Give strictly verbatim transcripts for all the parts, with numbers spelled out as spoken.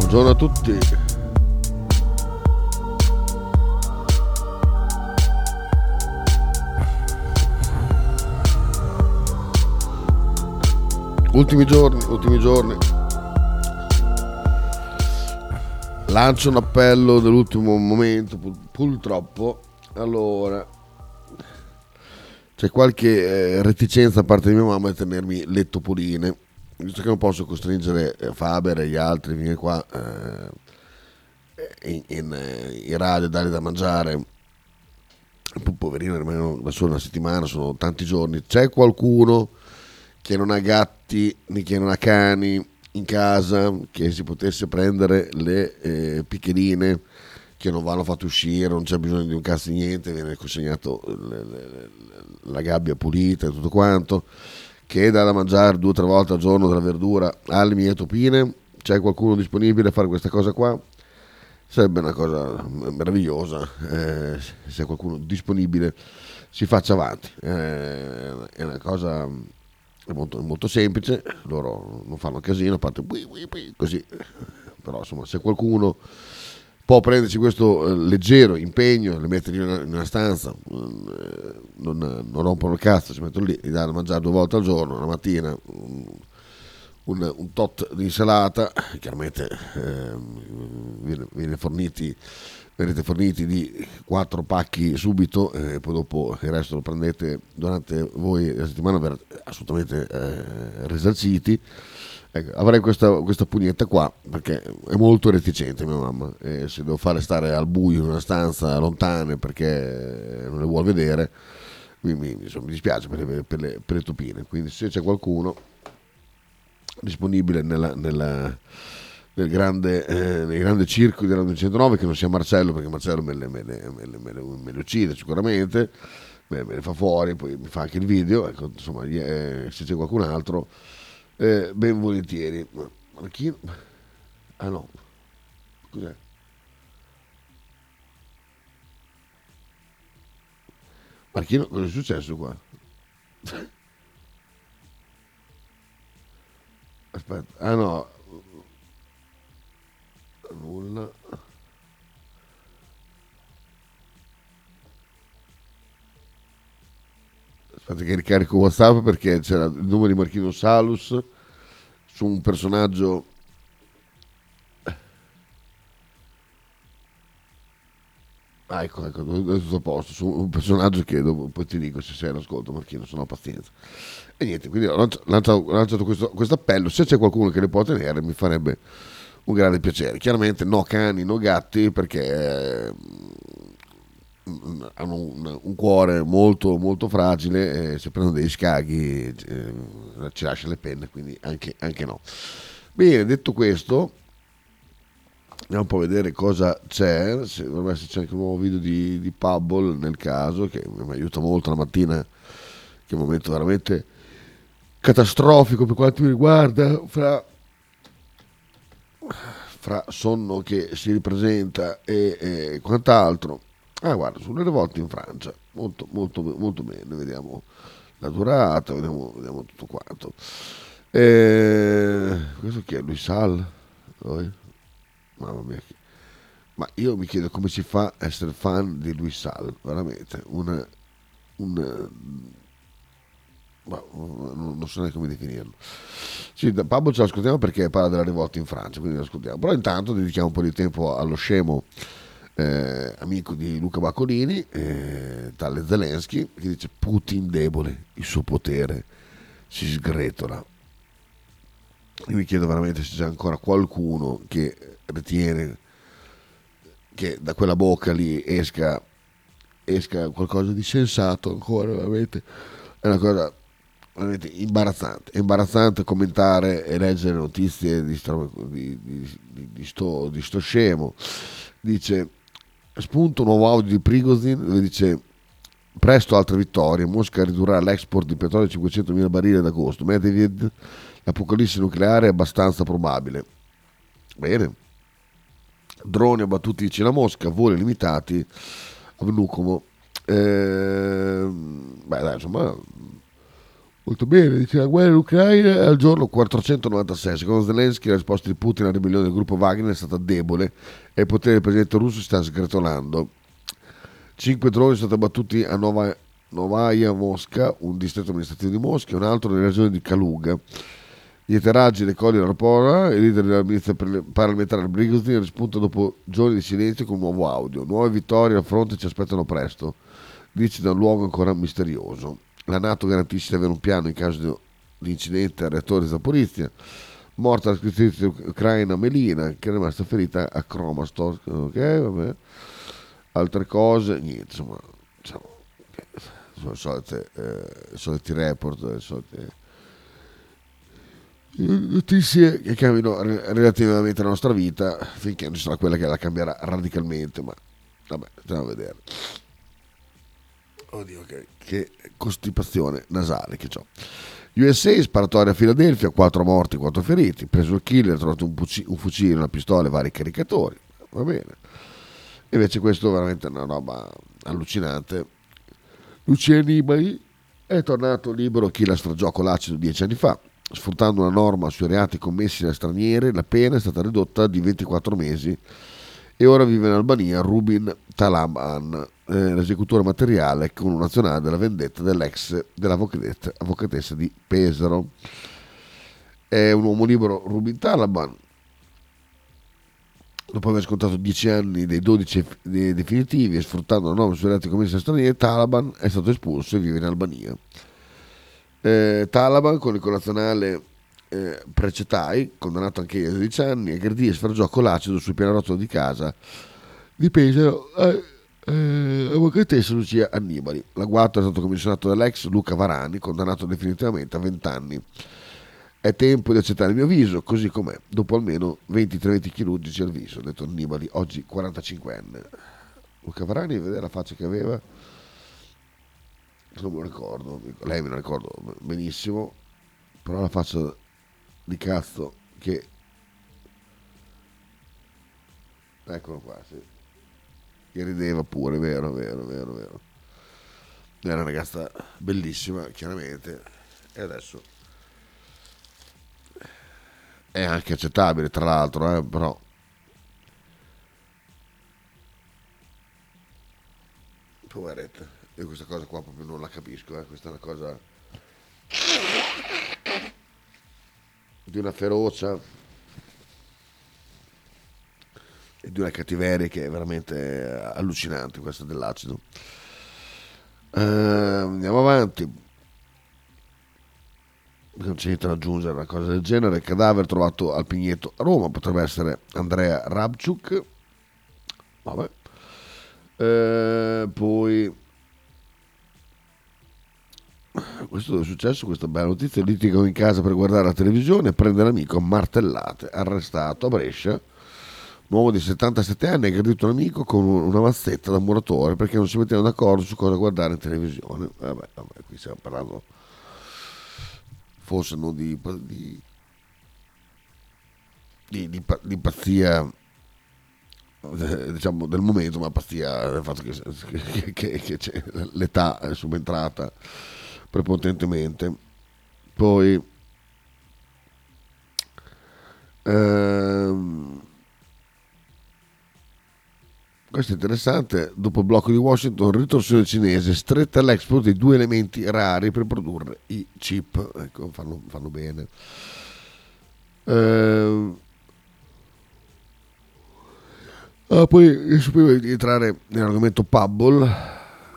Buongiorno a tutti. Ultimi giorni, ultimi giorni. Lancio un appello dell'ultimo momento, pur- purtroppo. Allora, c'è qualche eh, reticenza da parte di mia mamma di tenermi le topoline. Visto che non posso costringere eh, Faber e gli altri a venire qua eh, in, in, eh, in radio a dargli da mangiare, poi poverino rimangono da solo una settimana, sono tanti giorni. C'è qualcuno che non ha gatti né che non ha cani in casa, che si potesse prendere le eh, piccheline che non vanno fatte uscire, non c'è bisogno di un cazzo di niente, viene consegnato le- le- le- la gabbia pulita e tutto quanto, che dà da mangiare due o tre volte al giorno della verdura alle mie topine. C'è qualcuno disponibile a fare questa cosa qua? Sarebbe una cosa meravigliosa, eh, se c'è qualcuno disponibile si faccia avanti. Eh, è una cosa molto, molto semplice, loro non fanno casino, a parte bui, bui, bui, così. Però insomma, se qualcuno può prendersi questo eh, leggero impegno, le mettere in una, in una stanza, eh, non, non rompono il cazzo, si mettono lì, gli danno da mangiare due volte al giorno, la mattina un, un, un tot di insalata, chiaramente ehm, viene, viene forniti, verrete forniti di quattro pacchi subito, e poi dopo il resto lo prendete durante voi la settimana, verrete assolutamente eh, risarciti. Ecco, avrei questa, questa pugnetta qua perché è molto reticente mia mamma, e se devo fare stare al buio in una stanza lontane perché non le vuol vedere, mi, mi- insomma, mi dispiace per le, per le- per le topine. Quindi se c'è qualcuno disponibile nella, nella- nel, grande, eh, nel grande circo della duecentonove, che non sia Marcello, perché Marcello me le, me le- me le- me le- me le uccide sicuramente, me, me le fa fuori, poi mi fa anche il video, ecco, insomma, eh, se c'è qualcun altro, eh, ben volentieri. Marchino, ah no, cos'è? Marchino, cosa è successo qua? Aspetta, ah no, nulla. Aspetta che ricarico WhatsApp perché c'era il nome di Marchino Salus su un personaggio. Ah, ecco, ecco, è tutto a posto, su un personaggio che dopo, poi ti dico se sei all'ascolto, Marchino, se no pazienza. E niente, quindi ho lancia- lanciato, ho lanciato questo, questo appello, se c'è qualcuno che le può tenere mi farebbe un grande piacere. Chiaramente no cani, no gatti, perché eh, hanno un, un cuore molto molto fragile, e se prendono degli scaghi eh, ci lascia le penne, quindi anche, anche no. Bene, detto questo, andiamo un po' a vedere cosa c'è, se dovrebbe esserci anche un nuovo video di, di Pubble nel caso, che mi aiuta molto la mattina, che è un momento veramente catastrofico per quanto mi riguarda, fra, fra sonno che si ripresenta e, e quant'altro. Ah, guarda, sulle rivolte in Francia, molto, molto, molto bene, vediamo la durata, vediamo, vediamo tutto quanto. Eh, questo chi è? Luis Sal? Poi? Mamma mia, ma io mi chiedo come si fa a essere fan di Luis Sal, veramente, una, un, ma, non, non so neanche come definirlo. Sì, da Pablo ce l'ascoltiamo perché parla della rivolta in Francia, quindi l'ascoltiamo. Però intanto dedichiamo un po' di tempo allo scemo eh, amico di Luca Baccolini, eh, tale Zelensky, che dice Putin debole, il suo potere si sgretola. Io mi chiedo veramente se c'è ancora qualcuno che ritiene che da quella bocca lì esca, esca qualcosa di sensato ancora, veramente. È una cosa veramente imbarazzante. È imbarazzante commentare e leggere notizie di sto, di, di, di, di sto, di sto scemo. Dice, spunto un nuovo audio di Prigozhin dove dice presto altre vittorie, Mosca ridurrà l'export di petrolio a cinquecentomila barili ad agosto, Medvedev, l'apocalisse nucleare è abbastanza probabile. Bene, droni abbattuti vicino a Mosca, voli limitati a Vnukovo. Eh, beh, dai, insomma, Molto bene, dice la guerra in Ucraina è al giorno quattrocentonovantasei. Secondo Zelensky la risposta di Putin alla ribellione del gruppo Wagner è stata debole e il potere del presidente russo si sta sgretolando. Cinque droni sono stati abbattuti a Nova, Novaya Mosca, un distretto amministrativo di Mosca, e un altro nella regione di Kaluga. Gli atterraggi dei colli Rapora, il leader della milizia parlamentare Prigozhin rispunta dopo giorni di silenzio con un nuovo audio. Nuove vittorie al fronte ci aspettano presto, dice da un luogo ancora misterioso. La NATO garantisce di avere un piano in caso di incidente al reattore di Zaporizhzhia. Morta la scrittrice ucraina Melina, che è rimasta ferita a Kramatorsk. Ok, vabbè. Altre cose, niente, insomma, diciamo, sono i soliti, eh, soliti report, le solite notizie che cambiano relativamente la nostra vita, finché non sarà quella che la cambierà radicalmente, ma vabbè, andiamo a vedere. Oddio, che, che costipazione nasale che ho. U S A, sparatoria a Filadelfia, quattro morti, quattro feriti. Preso il killer, ha trovato un, puci- un fucile, una pistola e vari caricatori. Va bene. Invece questo è veramente una roba allucinante. Lucia Nibali è tornato libero chi la stragiò con l'acido dieci anni fa. Sfruttando una norma sui reati commessi da stranieri, la pena è stata ridotta di ventiquattro mesi e ora vive in Albania Rubin Talaban, eh, l'esecutore materiale con un nazionale della vendetta dell'ex dell'avvocatessa di Pesaro. È un uomo libero Rubin Talaban, dopo aver scontato dieci anni dei dodici definitivi e sfruttando la norma sui reati commessi da stranieri, Talaban è stato espulso e vive in Albania. Eh, Talaban con il connazionale eh, Precetai, condannato anche a dodici anni, aggredì e sfregiò con l'acido sul pianerottolo di casa di Pesaro eh, eh, avvocatessa Lucia Annibali. L'agguato è stato commissionato dall'ex Luca Varani, condannato definitivamente a venti anni. È tempo di accettare il mio viso, così com'è, dopo almeno venti interventi chirurgici al viso, ha detto Annibali, oggi quarantacinquenne. Luca Varani, vedete la faccia che aveva? Non me lo ricordo, lei me la ricordo benissimo, però la faccia di cazzo che... Eccolo qua, sì. Che rideva pure, vero, vero, vero, vero. È una ragazza bellissima, chiaramente, e adesso è anche accettabile, tra l'altro, eh, però... Poveretta, io questa cosa qua proprio non la capisco, eh. Questa è una cosa di una ferocia e di una cattiveria che è veramente allucinante, questa dell'acido. Eh, andiamo avanti. Non c'è niente da aggiungere, una cosa del genere. Il cadavere trovato al Pigneto a Roma potrebbe essere Andrea Rabciuk. Vabbè. Eh, poi questo dove è successo, questa bella notizia: litigano in casa per guardare la televisione e prende l'amico a martellate, arrestato a Brescia. Un uomo di settantasette anni ha aggredito un amico con una mazzetta da muratore perché non si mettevano d'accordo su cosa guardare in televisione. Vabbè, vabbè, qui stiamo parlando forse non di, di, di, di, di pazzia, eh, diciamo del momento, ma pazzia del fatto che, che, che c'è, l'età è subentrata prepotentemente. Poi ehm, questo è interessante: dopo il blocco di Washington, ritorsione cinese stretta all'export dei due elementi rari per produrre i chip. Ecco, fanno, fanno bene. Ehm, ah, poi prima di entrare nell'argomento Pubble,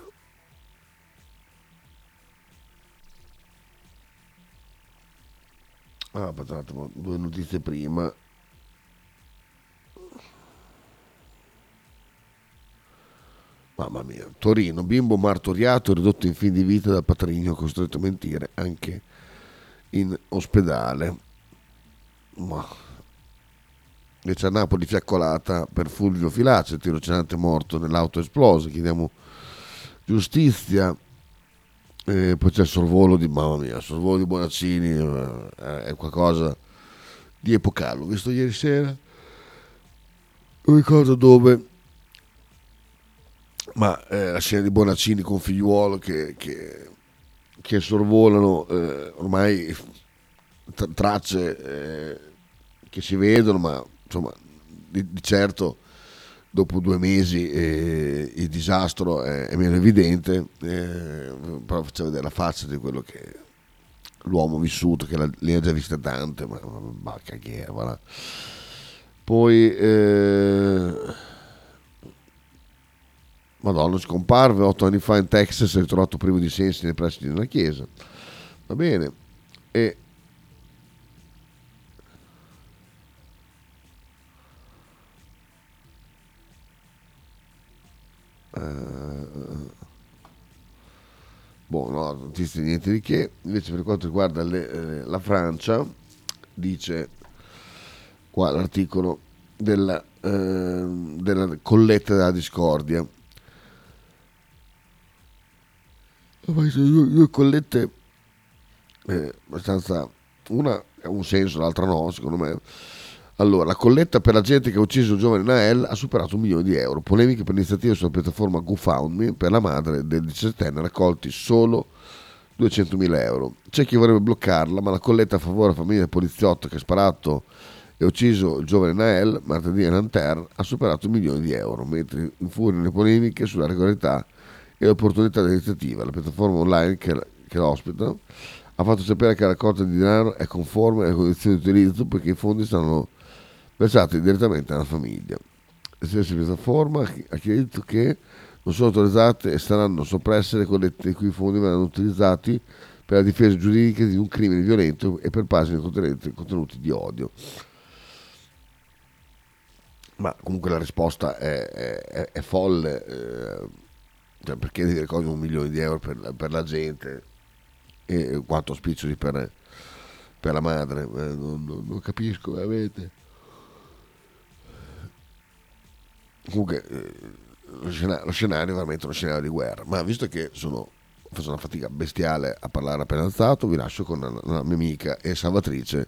ah, aspetta un attimo, due notizie prima. Mamma mia, Torino, bimbo martoriato, ridotto in fin di vita dal patrigno, costretto a mentire anche in ospedale. Ma invece a Napoli fiaccolata per Fulvio Filace, il tirocinante morto nell'auto esplosa. Chiediamo giustizia. E poi c'è il sorvolo di, mamma mia, il sorvolo di Bonaccini, eh, è qualcosa di epocale. L'ho visto ieri sera, non ricordo dove, ma eh, la scena di Bonaccini con figliuolo che, che, che sorvolano eh, ormai t- tracce eh, che si vedono, ma insomma di, di certo dopo due mesi eh, il disastro è, è meno evidente, eh, però faccio vedere la faccia di quello che l'uomo vissuto, che la, ne ha già viste tante, ma, ma, ma caghiera, voilà. Poi eh, Madonna, scomparve otto anni fa in Texas, è ritrovato privo di sensi nei pressi di una chiesa. Va bene. E uh, boh, no, notizie niente di che. Invece per quanto riguarda le, eh, la Francia, dice qua l'articolo della, eh, della colletta della discordia. Due, due collette eh, abbastanza, una ha un senso, l'altra no, secondo me. Allora, la colletta per la gente che ha ucciso il giovane Nael ha superato un milione di euro. Polemiche per l'iniziativa sulla piattaforma GoFundMe per la madre del diciassettenne, raccolti solo duecentomila euro. C'è chi vorrebbe bloccarla, ma la colletta a favore della famiglia del poliziotto che ha sparato e ucciso il giovane Nael martedì a Nanterre ha superato un milione di euro, mentre infuriano le polemiche sulla regolarità e l'opportunità dell'iniziativa. La piattaforma online che, che l'ospita ha fatto sapere che la raccolta di denaro è conforme alle condizioni di utilizzo perché i fondi saranno versati direttamente alla famiglia. La stessa piattaforma ha chiarito che non sono autorizzate e saranno soppresse le collette i cui fondi verranno utilizzati per la difesa giuridica di un crimine violento e per pagine contenenti contenuti di odio. Ma comunque la risposta è, è, è folle, eh, cioè perché dire cose un milione di euro per, per la gente e quanto spiccioli per, per la madre, eh, non, non, non capisco veramente. Comunque eh, lo, scenario, lo scenario è veramente uno scenario di guerra, ma visto che sono faccio una fatica bestiale a parlare appena alzato, vi lascio con una, una mia amica e salvatrice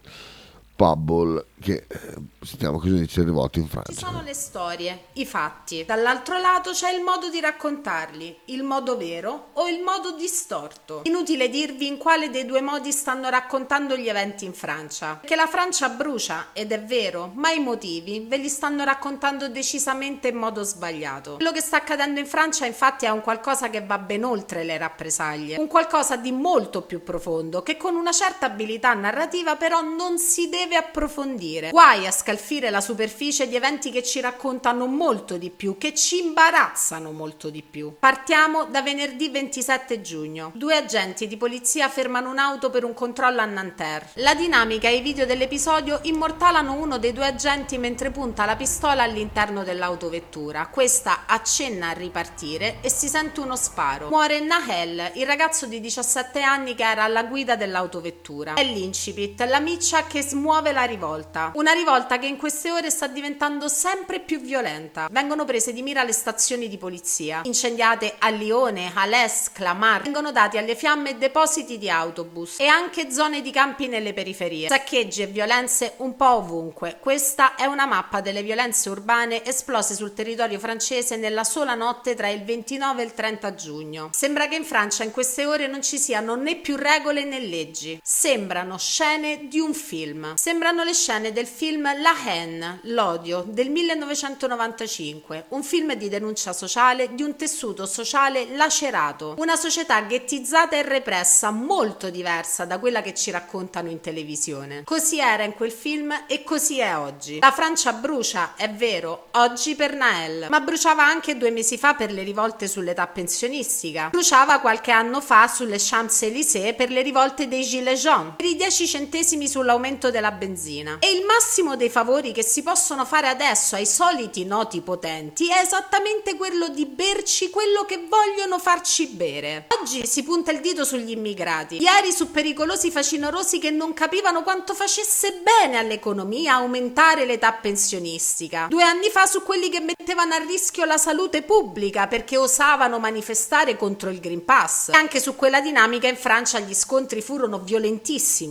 Pubble, che eh, sentiamo cosa dice rivolto in Francia. Ci sono le storie, i fatti. Dall'altro lato c'è il modo di raccontarli, il modo vero o il modo distorto. Inutile dirvi in quale dei due modi stanno raccontando gli eventi in Francia. Perché la Francia brucia, ed è vero, ma i motivi ve li stanno raccontando decisamente in modo sbagliato. Quello che sta accadendo in Francia infatti è un qualcosa che va ben oltre le rappresaglie. Un qualcosa di molto più profondo, che con una certa abilità narrativa però non si deve approfondire. Guai a scalfire la superficie di eventi che ci raccontano molto di più, che ci imbarazzano molto di più. Partiamo da venerdì ventisette giugno. Due agenti di polizia fermano un'auto per un controllo a Nanterre. La dinamica e i video dell'episodio immortalano uno dei due agenti mentre punta la pistola all'interno dell'autovettura. Questa accenna a ripartire e si sente uno sparo. Muore Nahel, il ragazzo di diciassette anni che era alla guida dell'autovettura. È l'incipit, la miccia che smuove la rivolta. Una rivolta che in queste ore sta diventando sempre più violenta. Vengono prese di mira le stazioni di polizia, incendiate a Lione, Alès, Clamart. Vengono dati alle fiamme depositi di autobus e anche zone di campi nelle periferie. Saccheggi e violenze un po' ovunque. Questa è una mappa delle violenze urbane esplose sul territorio francese nella sola notte tra il ventinove e il trenta giugno. Sembra che in Francia in queste ore non ci siano né più regole né leggi. Sembrano scene di un film. Sembrano le scene del film La Haine, l'odio, del millenovecentonovantacinque, un film di denuncia sociale di un tessuto sociale lacerato, una società ghettizzata e repressa molto diversa da quella che ci raccontano in televisione. Così era in quel film e così è oggi. La Francia brucia, è vero, oggi per Nael, ma bruciava anche due mesi fa per le rivolte sull'età pensionistica, bruciava qualche anno fa sulle Champs-Élysées per le rivolte dei Gilets jaunes, per i dieci centesimi sull'aumento della benzina. E il massimo dei favori che si possono fare adesso ai soliti noti potenti è esattamente quello di berci quello che vogliono farci bere. Oggi si punta il dito sugli immigrati, ieri su pericolosi facinorosi che non capivano quanto facesse bene all'economia aumentare l'età pensionistica, due anni fa su quelli che mettevano a rischio la salute pubblica perché osavano manifestare contro il Green Pass, e anche su quella dinamica in Francia gli scontri furono violentissimi. Tutti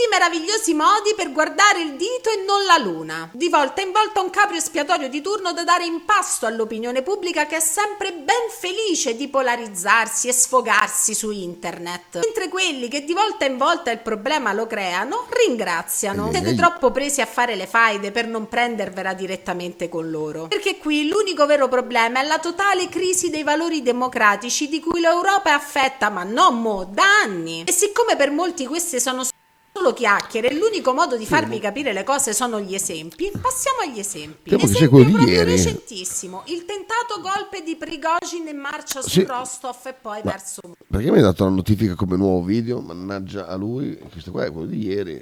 meravigliosi modi per guardare il dito e non la luna. Di volta in volta un capro espiatorio di turno da dare in pasto all'opinione pubblica, che è sempre ben felice di polarizzarsi e sfogarsi su internet. Mentre quelli che di volta in volta il problema lo creano, ringraziano. Siete troppo presi a fare le faide per non prendervela direttamente con loro. Perché qui l'unico vero problema è la totale crisi dei valori democratici di cui l'Europa è affetta, ma non mo, da anni. E siccome per molti queste sono solo chiacchiere, l'unico modo di farvi capire le cose sono gli esempi, passiamo agli esempi. Esempio proprio ieri. Recentissimo, il tentato golpe di Prigozhin in marcia su sì. Rostov e poi ma verso... Perché mi hai dato la notifica come nuovo video? Mannaggia a lui, questo qua è quello di ieri.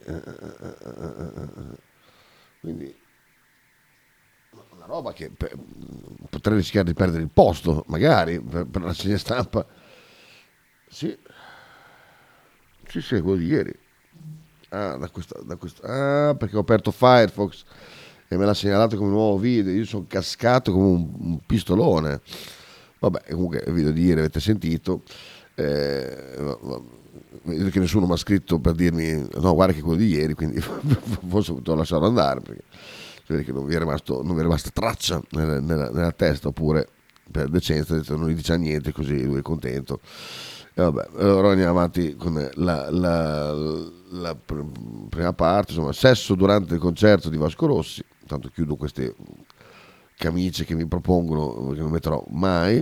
Quindi una roba che per, potrei rischiare di perdere il posto, magari, per, per la segna stampa. Sì, sì, sì, è quello di ieri. Ah, da questa, da questa, ah, perché ho aperto Firefox e me l'ha segnalato come nuovo video. Io sono cascato come un, un pistolone. Vabbè, comunque il video di ieri avete sentito. Eh, vedo che nessuno mi ha scritto per dirmi no, guarda che è quello di ieri, quindi forse ho potuto lasciarlo andare, perché si vede che non vi è rimasto, non vi è rimasta traccia nella, nella, nella testa, oppure per decenza non gli dice niente, così lui è contento. E vabbè, allora andiamo avanti con la, la, la pr- prima parte, insomma, sesso durante il concerto di Vasco Rossi. Tanto chiudo queste camicie che mi propongono, che non metterò mai.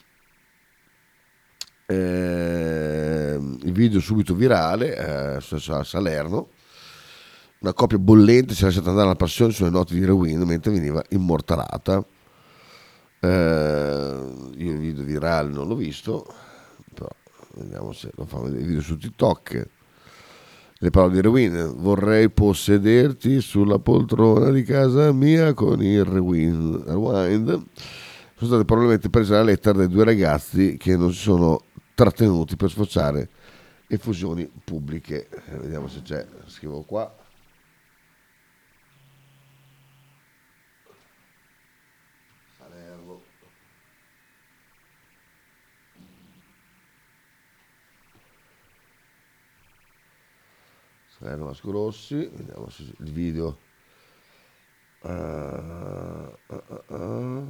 Eh, il video subito virale, eh, a Salerno, una coppia bollente si è lasciata andare alla passione sulle note di Rewind mentre veniva immortalata. Eh, io il video virale non l'ho visto, però vediamo se lo fa vedere il video su TikTok. Le parole di Rewind: vorrei possederti sulla poltrona di casa mia con il Rewind. Rewind. Sono state probabilmente prese alla lettera dai due ragazzi che non si sono trattenuti per sfociare effusioni pubbliche. Eh, vediamo se c'è, scrivo qua. Salerno. Salerno Vasco Rossi, vediamo se il video. Uh, uh, uh, uh.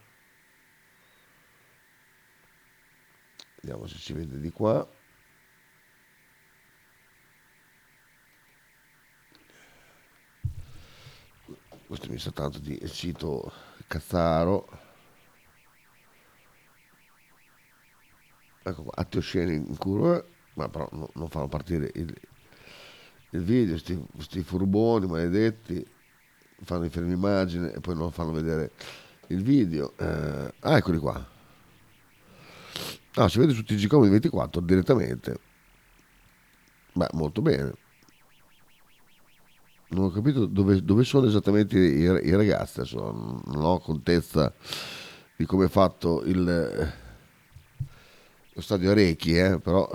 Vediamo se si vede di qua. Questo mi sa tanto di sito Cazzaro. Ecco qua, atti osceni in curva, ma però no, non fanno partire il, il video, questi furboni maledetti, fanno i fermi immagine e poi non fanno vedere il video. Eh, ah, eccoli qua. Ah, si vede su T G Comedy ventiquattro direttamente. Beh, molto bene. Non ho capito dove, dove sono esattamente i, i ragazzi, adesso non ho contezza di come è fatto il, lo stadio Arecchi, eh, però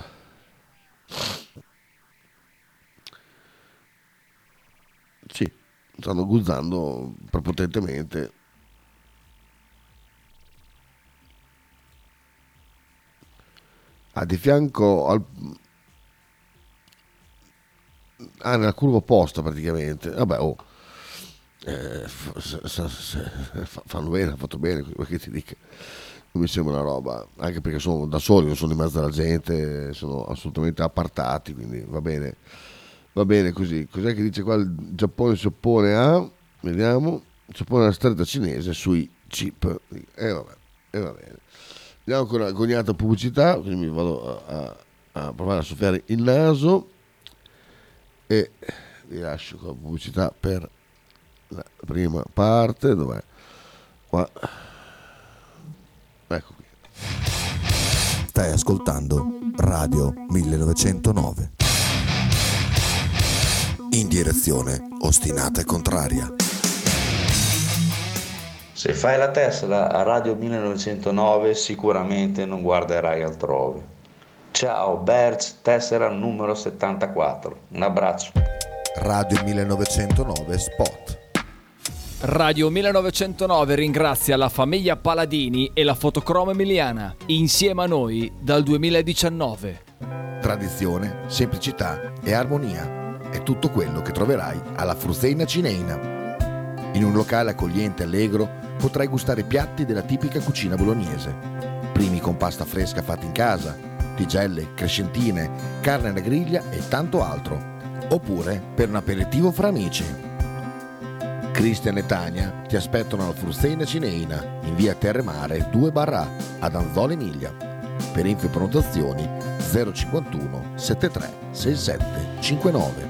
sì, stanno guzzando prepotentemente. Ah, di fianco al... Ah, nella curva opposta praticamente. Vabbè, oh. Eh, f- s- s- fanno bene, hanno fatto bene, quello che ti dica. Non mi sembra una roba, anche perché sono da soli, non sono in mezzo alla gente, sono assolutamente appartati, quindi va bene. Va bene così. Cos'è che dice qua? Il Giappone si oppone a... Vediamo. Si oppone alla stretta cinese sui chip. E eh, vabbè, e eh, va bene. Andiamo con la cognata pubblicità, quindi mi vado a, a, a provare a soffiare il naso e vi lascio con la pubblicità per la prima parte. Dov'è? Qua. Ecco qui. Stai ascoltando Radio millenovecentonove. In direzione ostinata e contraria. Se fai la Tesla a Radio millenovecentonove sicuramente non guarderai altrove. Ciao Berz, tessera numero settantaquattro. Un abbraccio. Radio millenovecentonove Spot. Radio millenovecentonove ringrazia la famiglia Paladini e la Fotocromo Emiliana, insieme a noi dal duemiladiciannove. Tradizione, semplicità e armonia. è tutto quello che troverai alla Fruzeina Cineina. In un locale accogliente e allegro potrai gustare piatti della tipica cucina bolognese. Primi con pasta fresca fatta in casa, tigelle, crescentine, carne alla griglia e tanto altro. Oppure per un aperitivo fra amici. Cristian e Tania ti aspettano alla Fruzeina Cineina in via Terremare due barra A ad Anzola Emilia. Per info e prenotazioni zero cinquantuno settantatré sessantasette cinquantanove.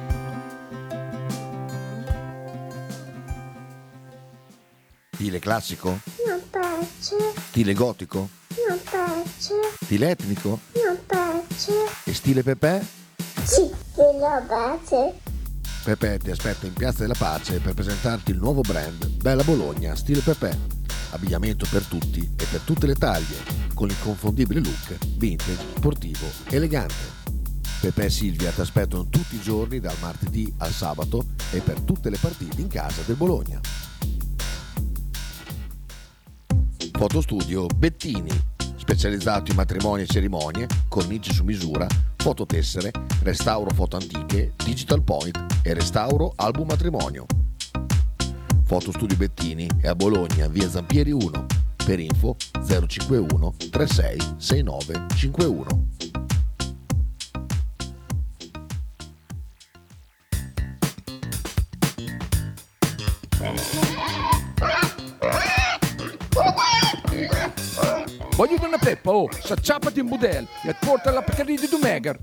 Stile classico? Non piace. Stile gotico? Non piace. Stile etnico? Non piace. E stile Pepe? Sì, non piace. Pepe ti aspetta in Piazza della Pace per presentarti il nuovo brand Bella Bologna Stile Pepe. Abbigliamento per tutti e per tutte le taglie, con l'inconfondibile look vintage, sportivo, elegante. Pepe e Silvia ti aspettano tutti i giorni dal martedì al sabato e per tutte le partite in casa del Bologna. Fotostudio Bettini, specializzato in matrimoni e cerimonie, cornici su misura, fototessere, restauro foto antiche, digital point e restauro album matrimonio. Fotostudio Bettini è a Bologna, via Zampieri uno. Per info zero cinquantuno trentasei sessantanove cinquantuno. Voglio una peppa, oh, s'acciappati in budel e porta la Pcarì di Dumegar.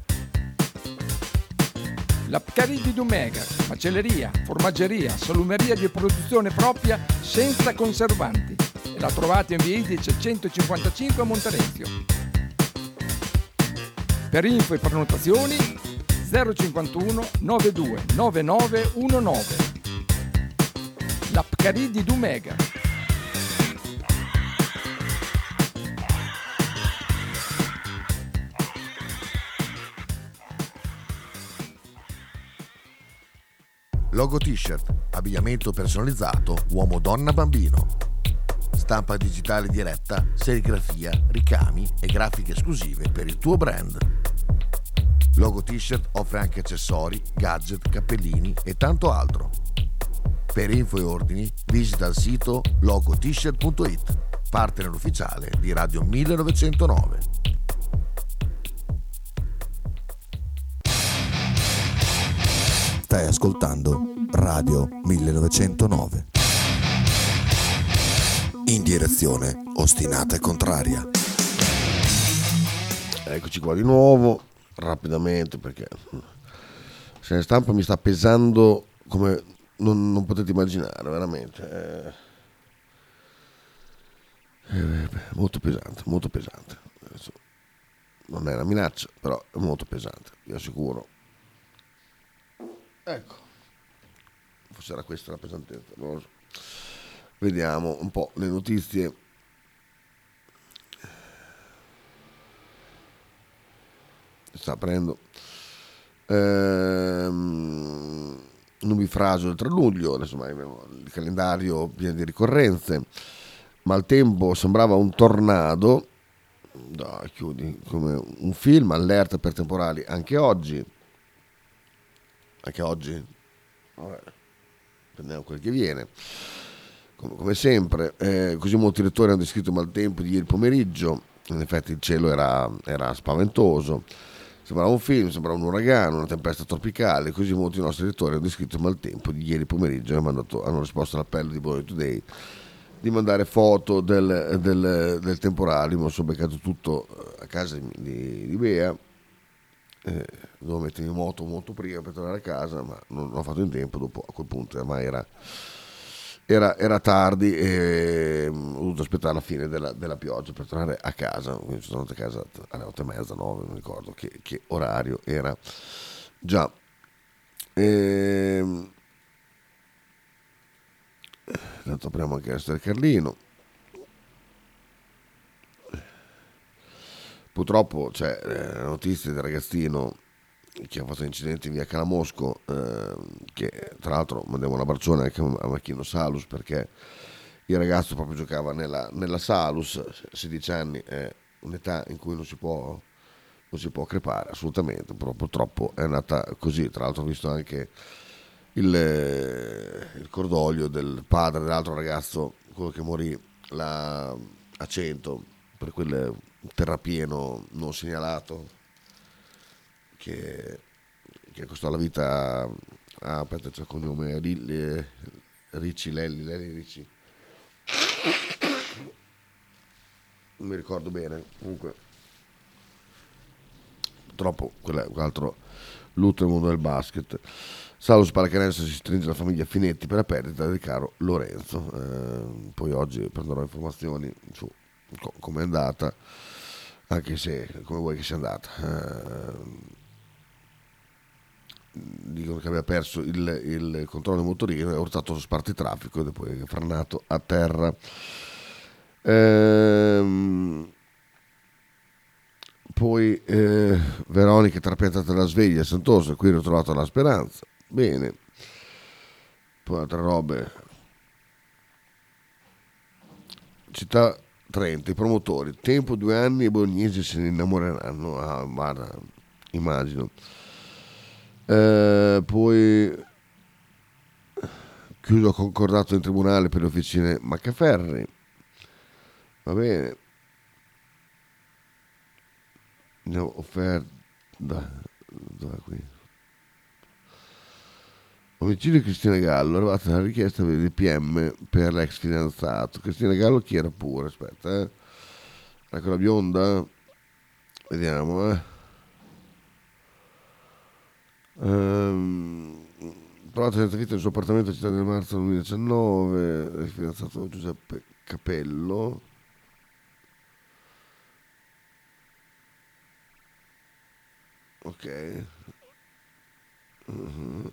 La Pcarì di Dumegar, macelleria, formaggeria, salumeria di produzione propria senza conservanti. E la trovate in via Idice centocinquantacinque a Monterezio. Per info e prenotazioni zero cinquantuno novantadue novantanove diciannove. La Pcarì di Dumegar. Logo T-shirt, abbigliamento personalizzato uomo, donna, bambino. Stampa digitale diretta, serigrafia, ricami e grafiche esclusive per il tuo brand. Logo T-shirt offre anche accessori, gadget, cappellini e tanto altro. Per info e ordini visita il sito logo t shirt punto it, partner ufficiale di Radio millenovecentonove. Stai ascoltando Radio millenovecentonove. In direzione ostinata e contraria. Eccoci qua di nuovo, rapidamente, perché se ne stampa mi sta pesando come non, non potete immaginare, veramente. È, è molto pesante, molto pesante. Adesso, non è una minaccia, però è molto pesante, vi assicuro. Ecco, forse era questa la pesantezza, non lo so. Vediamo un po' le notizie. Sta aprendo ehm, nubifragio del tre luglio, adesso abbiamo il calendario pieno di ricorrenze. Maltempo sembrava un tornado. Dai, chiudi, come un film. Allerta per temporali anche oggi. Anche oggi, vabbè, prendiamo quel che viene, come, come sempre. Eh, così molti lettori hanno descritto il maltempo di ieri pomeriggio. In effetti il cielo era, era spaventoso, sembrava un film, sembrava un uragano, una tempesta tropicale. Così molti nostri lettori hanno descritto il maltempo di ieri pomeriggio e hanno, mandato, hanno risposto all'appello di Bologna Today di mandare foto del, del, del temporale. Mi sono beccato tutto a casa di, di Bea. Eh, dovevo mettermi in moto molto prima per tornare a casa, ma non l'ho fatto in tempo. Dopo, a quel punto ormai era, era, era tardi e ho dovuto aspettare la fine della, della pioggia per tornare a casa. Quindi sono tornato a casa alle otto e mezza, nove, non ricordo che, che orario era già. E... tanto apriamo anche la storia del Carlino. Purtroppo c'è eh, la notizia del ragazzino che ha fatto incidente in via Calamosco, eh, che tra l'altro mandiamo un abbraccione anche a Macchino Salus, perché il ragazzo proprio giocava nella, nella Salus. Sedici anni è un'età in cui non si può non si può crepare assolutamente, però purtroppo è andata così. Tra l'altro ho visto anche il, il cordoglio del padre dell'altro ragazzo, quello che morì là a cento per quel terrapieno non segnalato che, che costò la vita a, a aspetta, c'è il cognome Ri- Ricci Lelli, Lelli Ricci, non mi ricordo bene, comunque purtroppo quell'altro lutto nel mondo del basket. Salvo Sparacanestro si stringe la famiglia Finetti per la perdita del caro Lorenzo. Eh, poi oggi prenderò informazioni su co- come è andata, anche se come vuoi che sia andata. Eh, dicono che aveva perso il, il controllo del motorino e ha urtato lo spartitraffico e poi è frannato a terra. Ehm, poi eh, Veronica trapiantata dalla sveglia a Sant'Orso, qui ritrovata la speranza. Bene, poi altre robe. Città Trento, i promotori, tempo due anni e bolognesi se ne innamoreranno. Ah, guarda, immagino. Eh, poi chiuso concordato in tribunale per le officine Maccaferri. Va bene. Andiamo offerta. Dov'è qui? Omicidio di Cristina Gallo, è arrivata la richiesta del P M per l'ex fidanzato. Cristina Gallo chi era pure? Aspetta, eh. Ecco la bionda. Vediamo, eh. Ehm, trovata senza vita nel suo appartamento a Città del Marzo duemiladiciannove, il fidanzato Giuseppe Capello. Ok. Uh-huh.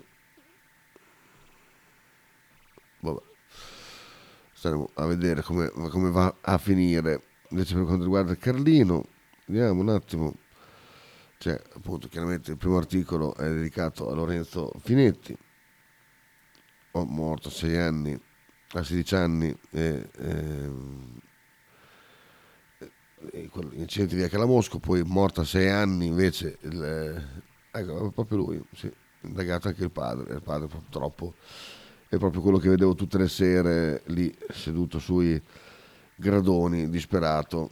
Vabbè. Staremo a vedere come, come va a finire. Invece per quanto riguarda Carlino, vediamo un attimo. C'è appunto chiaramente il primo articolo è dedicato a Lorenzo Finetti, oh, morto a sei anni, a sedici anni, e, e, e incidente via Calamosco, poi morto a sei anni invece, il, ecco, proprio lui, sì, indagato anche il padre, il padre purtroppo è proprio quello che vedevo tutte le sere lì seduto sui gradoni, disperato.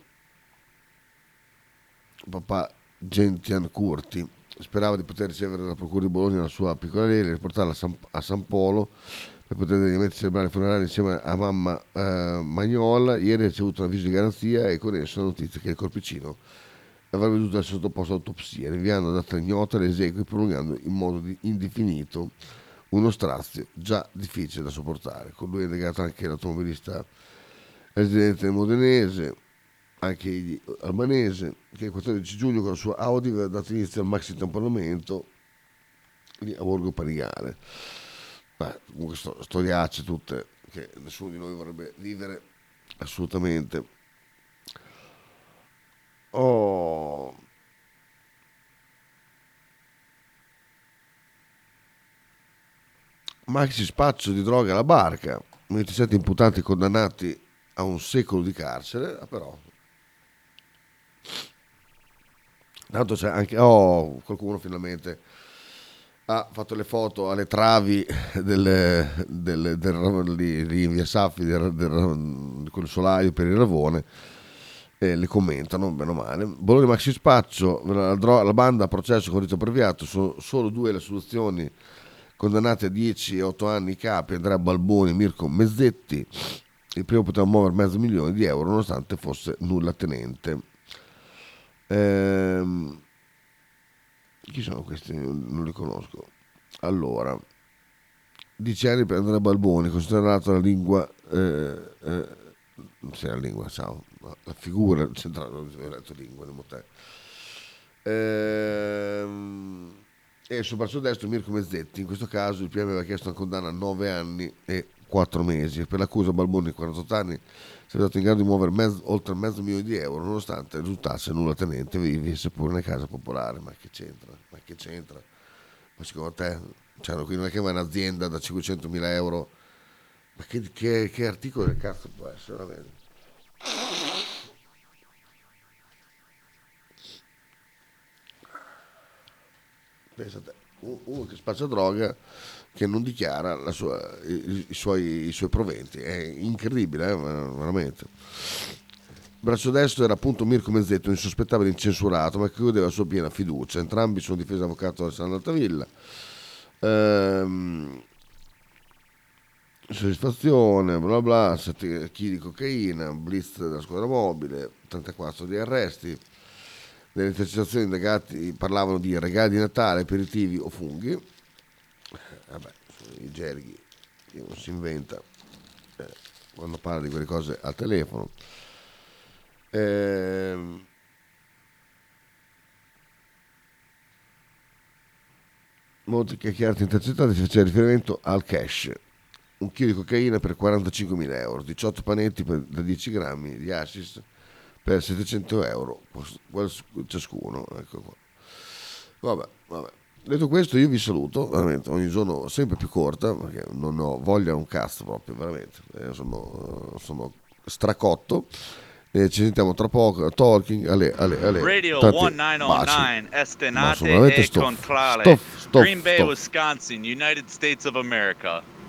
Papà Gentian Curti sperava di poter ricevere dalla Procura di Bologna la sua piccola Lele e riportarla a San, a San Polo per poter ovviamente celebrare il funerale insieme a mamma eh, Magnola. Ieri ha ricevuto un avviso di garanzia e con esso la notizia che il corpicino avrebbe dovuto essere sottoposto a autopsia, rinviando a data ignota le esequie e prolungando in modo di indefinito uno strazio già difficile da sopportare. Con lui è legato anche l'automobilista residente modenese, anche egli albanese, che il quattordici giugno con la sua Audi aveva dato inizio al maxi tamponamento lì a Borgo Panigale. Beh, comunque sto, storiacce tutte che nessuno di noi vorrebbe vivere assolutamente. Oh. Maxi spaccio di droga alla barca, ventisette imputati condannati a un secolo di carcere, però tanto c'è anche, oh, qualcuno finalmente ha fatto le foto alle travi del, del, del, di, di Via Saffi, del, del, di quel solaio per il Ravone, e le commentano, bene o male. Bologna maxi spaccio, la, la banda a processo con rito abbreviato, sono solo due le soluzioni, condannati a dieci e otto anni i capi, Andrea Balboni e Mirko Mezzetti. Il primo poteva muovere mezzo milione di euro nonostante fosse nulla tenente. Ehm, chi sono questi? Non li conosco. Allora, dieci anni per Andrea Balboni, considerato la lingua, eh, eh, non sei la lingua, ciao, la figura centrale, non ho detto lingua, nel motello. Ehm, e sul braccio destro Mirko Mezzetti. In questo caso il P M aveva chiesto una condanna a nove anni e quattro mesi. Per l'accusa Balboni, quarantotto anni, si è dato in grado di muovere mezzo, oltre mezzo milione di euro nonostante risultasse nulla tenente, vivi seppur nella casa popolare. Ma che c'entra? Ma che c'entra? Ma secondo te, cioè, qui non è che va un'azienda da cinquecentomila euro? Ma che, che, che articolo del cazzo può essere? Veramente? Pensa a te, uno che spaccia droga che non dichiara la sua, i, i, suoi, i suoi proventi, è incredibile, eh, veramente. Braccio destro era appunto Mirko Mezzetto, insospettabile, incensurato, ma che godeva la sua piena fiducia. Entrambi sono difesi da avvocato Alessandro Altavilla. Ehm, soddisfazione, bla bla, sette chili di cocaina, blitz della squadra mobile, trentaquattro di arresti. Nelle intercettazioni indagati parlavano di regali di Natale, aperitivi o funghi. Vabbè, sono i gerghi che uno si inventa eh, quando parla di quelle cose al telefono. Ehm, Molte chiacchierate intercettate si faceva riferimento al cash. Un chilo di cocaina per quarantacinquemila euro, diciotto panetti per, da dieci grammi di hashish per settecento euro ciascuno. Ecco qua. Vabbè, vabbè. Detto questo, io vi saluto, veramente, ogni giorno sempre più corta, perché non ho voglia un cazzo proprio, veramente. Eh, sono, sono stracotto. E ci sentiamo tra poco. Talking, ale, ale, ale. Radio Tanti millenovecentodiciannove, baci. Estenate Ma e sto, Contrale, sto, sto, Green Bay, sto. Wisconsin, United States of America.